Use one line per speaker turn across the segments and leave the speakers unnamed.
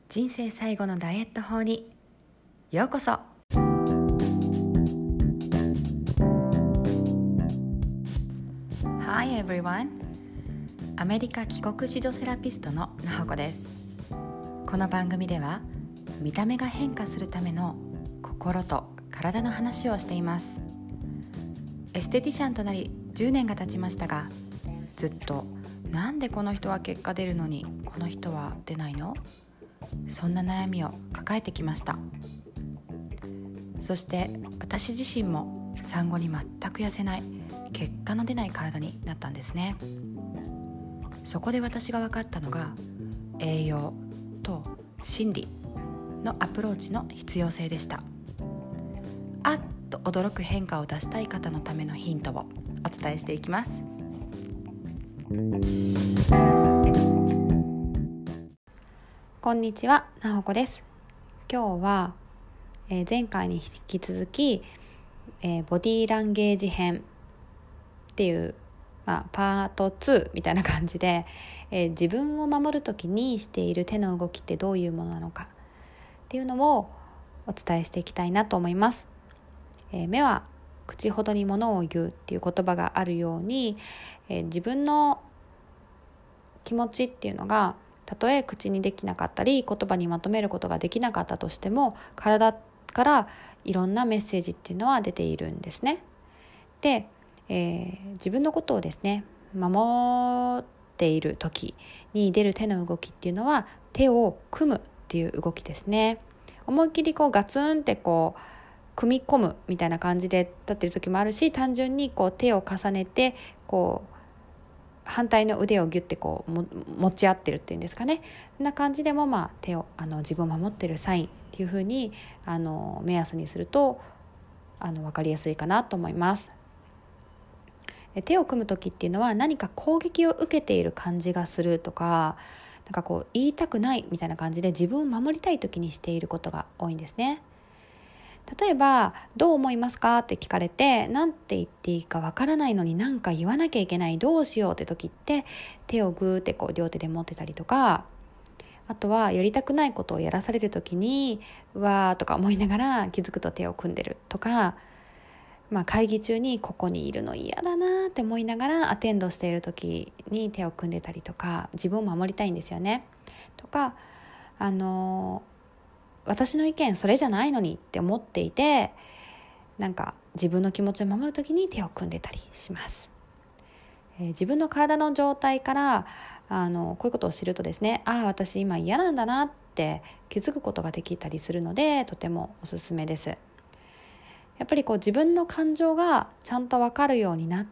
人生最後のダイエット法にようこそ。Hi everyone。 アメリカ帰国子女セラピストのなほこです。この番組では見た目が変化するための心と体の話をしています。エステティシャンとなり10年が経ちましたが、ずっとなんでこの人は結果出るのにこの人は出ないの？そんな悩みを抱えてきました。そして私自身も産後に全く痩せない、結果の出ない体になったんですね。そこで私が分かったのが、栄養と心理のアプローチの必要性でした。あっと驚く変化を出したい方のためのヒントをお伝えしていきます。こんにちは、なほこです。今日は、前回に引き続き、ボディーランゲージ編っていう、パート2みたいな感じで、自分を守るときにしている手の動きってどういうものなのかっていうのをお伝えしていきたいなと思います。目は口ほどに物を言うっていう言葉があるように、自分の気持ちっていうのがたとえ口にできなかったり言葉にまとめることができなかったとしても、体からいろんなメッセージっていうのは出ているんですね。で、自分のことをですね守っている時に出る手の動きっていうのは、手を組むっていう動きですね。思いっきりガツンって組み込むみたいな感じで立っている時もあるし、単純に手を重ねて反対の腕をギュッて持ち合ってるっていうんですかね。そんな感じでも手を自分を守ってるサインっていう風に目安にすると分かりやすいかなと思います。手を組む時っていうのは、何か攻撃を受けている感じがするとか、言いたくないみたいな感じで自分を守りたい時にしていることが多いんですね。例えばどう思いますかって聞かれて、なんて言っていいかわからないのに何か言わなきゃいけない、どうしようって時って手をグーって両手で持ってたりとか、あとはやりたくないことをやらされる時にうわーとか思いながら気づくと手を組んでるとか、会議中にここにいるの嫌だなって思いながらアテンドしている時に手を組んでたりとか、自分を守りたいんですよねとか、私の意見それじゃないのにって思っていて、自分の気持ちを守るときに手を組んでたりします。自分の体の状態からこういうことを知るとですね、私今嫌なんだなって気づくことができたりするので、とてもおすすめです。やっぱり自分の感情がちゃんと分かるようになって、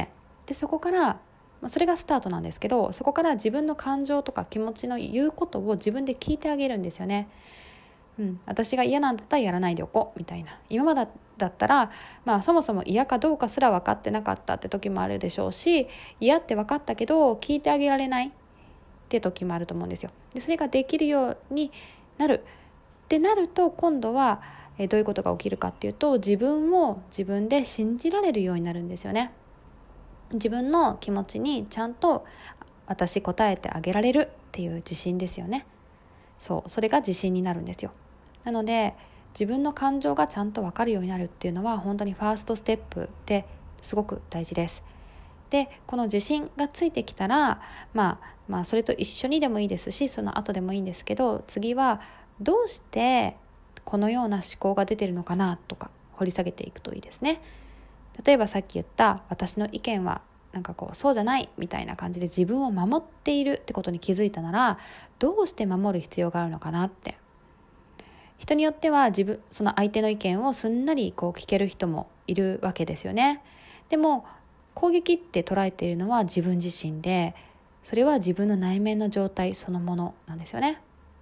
でそこからそれがスタートなんですけど、そこから自分の感情とか気持ちの言うことを自分で聞いてあげるんですよね。私が嫌なんだったらやらないでおこうみたいな。今までだったら、そもそも嫌かどうかすら分かってなかったって時もあるでしょうし、嫌って分かったけど聞いてあげられないって時もあると思うんですよ。でそれができるようになるってなると、今度はどういうことが起きるかっていうと、自分を自分で信じられるようになるんですよね。自分の気持ちにちゃんと私答えてあげられるっていう自信ですよね。それが自信になるんですよ。なので自分の感情がちゃんと分かるようになるっていうのは、本当にファーストステップですごく大事です。でこの自信がついてきたら、それと一緒にでもいいですし、その後でもいいんですけど、次はどうしてこのような思考が出てるのかなとか掘り下げていくといいですね。例えばさっき言った私の意見はそうじゃないみたいな感じで自分を守っているってことに気づいたなら、どうして守る必要があるのかなって。人によってはその相手の意見をすんなり聞ける人もいるわけですよね。でも攻撃って捉えているのは自分自身で、それは自分の内面の状態そのものなんですよね。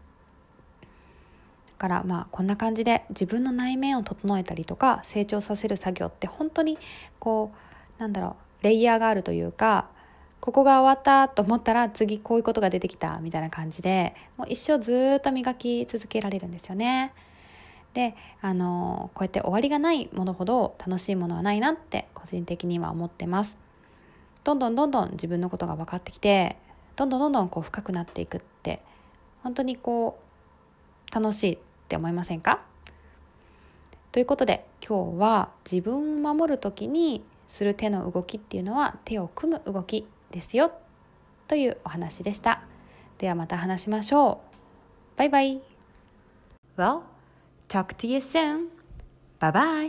だからこんな感じで自分の内面を整えたりとか成長させる作業って本当にレイヤーがあるというか、ここが終わったと思ったら次こういうことが出てきたみたいな感じで、もう一生ずっと磨き続けられるんですよね。でこうやって終わりがないものほど楽しいものはないなって個人的には思ってます。どんどん自分のことが分かってきて、どんどん深くなっていくって、本当に楽しいって思いませんか？ということで今日は自分を守るときにする手の動きっていうのは手を組む動きですよというお話でした。ではまた話しましょう。バイバイ。Well, talk to you soon. Bye bye.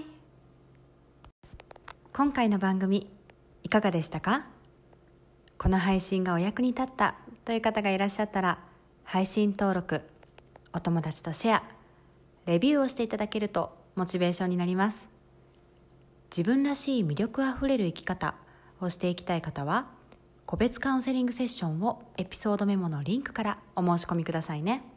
今回の番組いかがでしたか？この配信がお役に立ったという方がいらっしゃったら、配信登録、お友達とシェア、レビューをしていただけるとモチベーションになります。自分らしい魅力あふれる生き方をしていきたい方は、個別カウンセリングセッションをエピソードメモのリンクからお申し込みくださいね。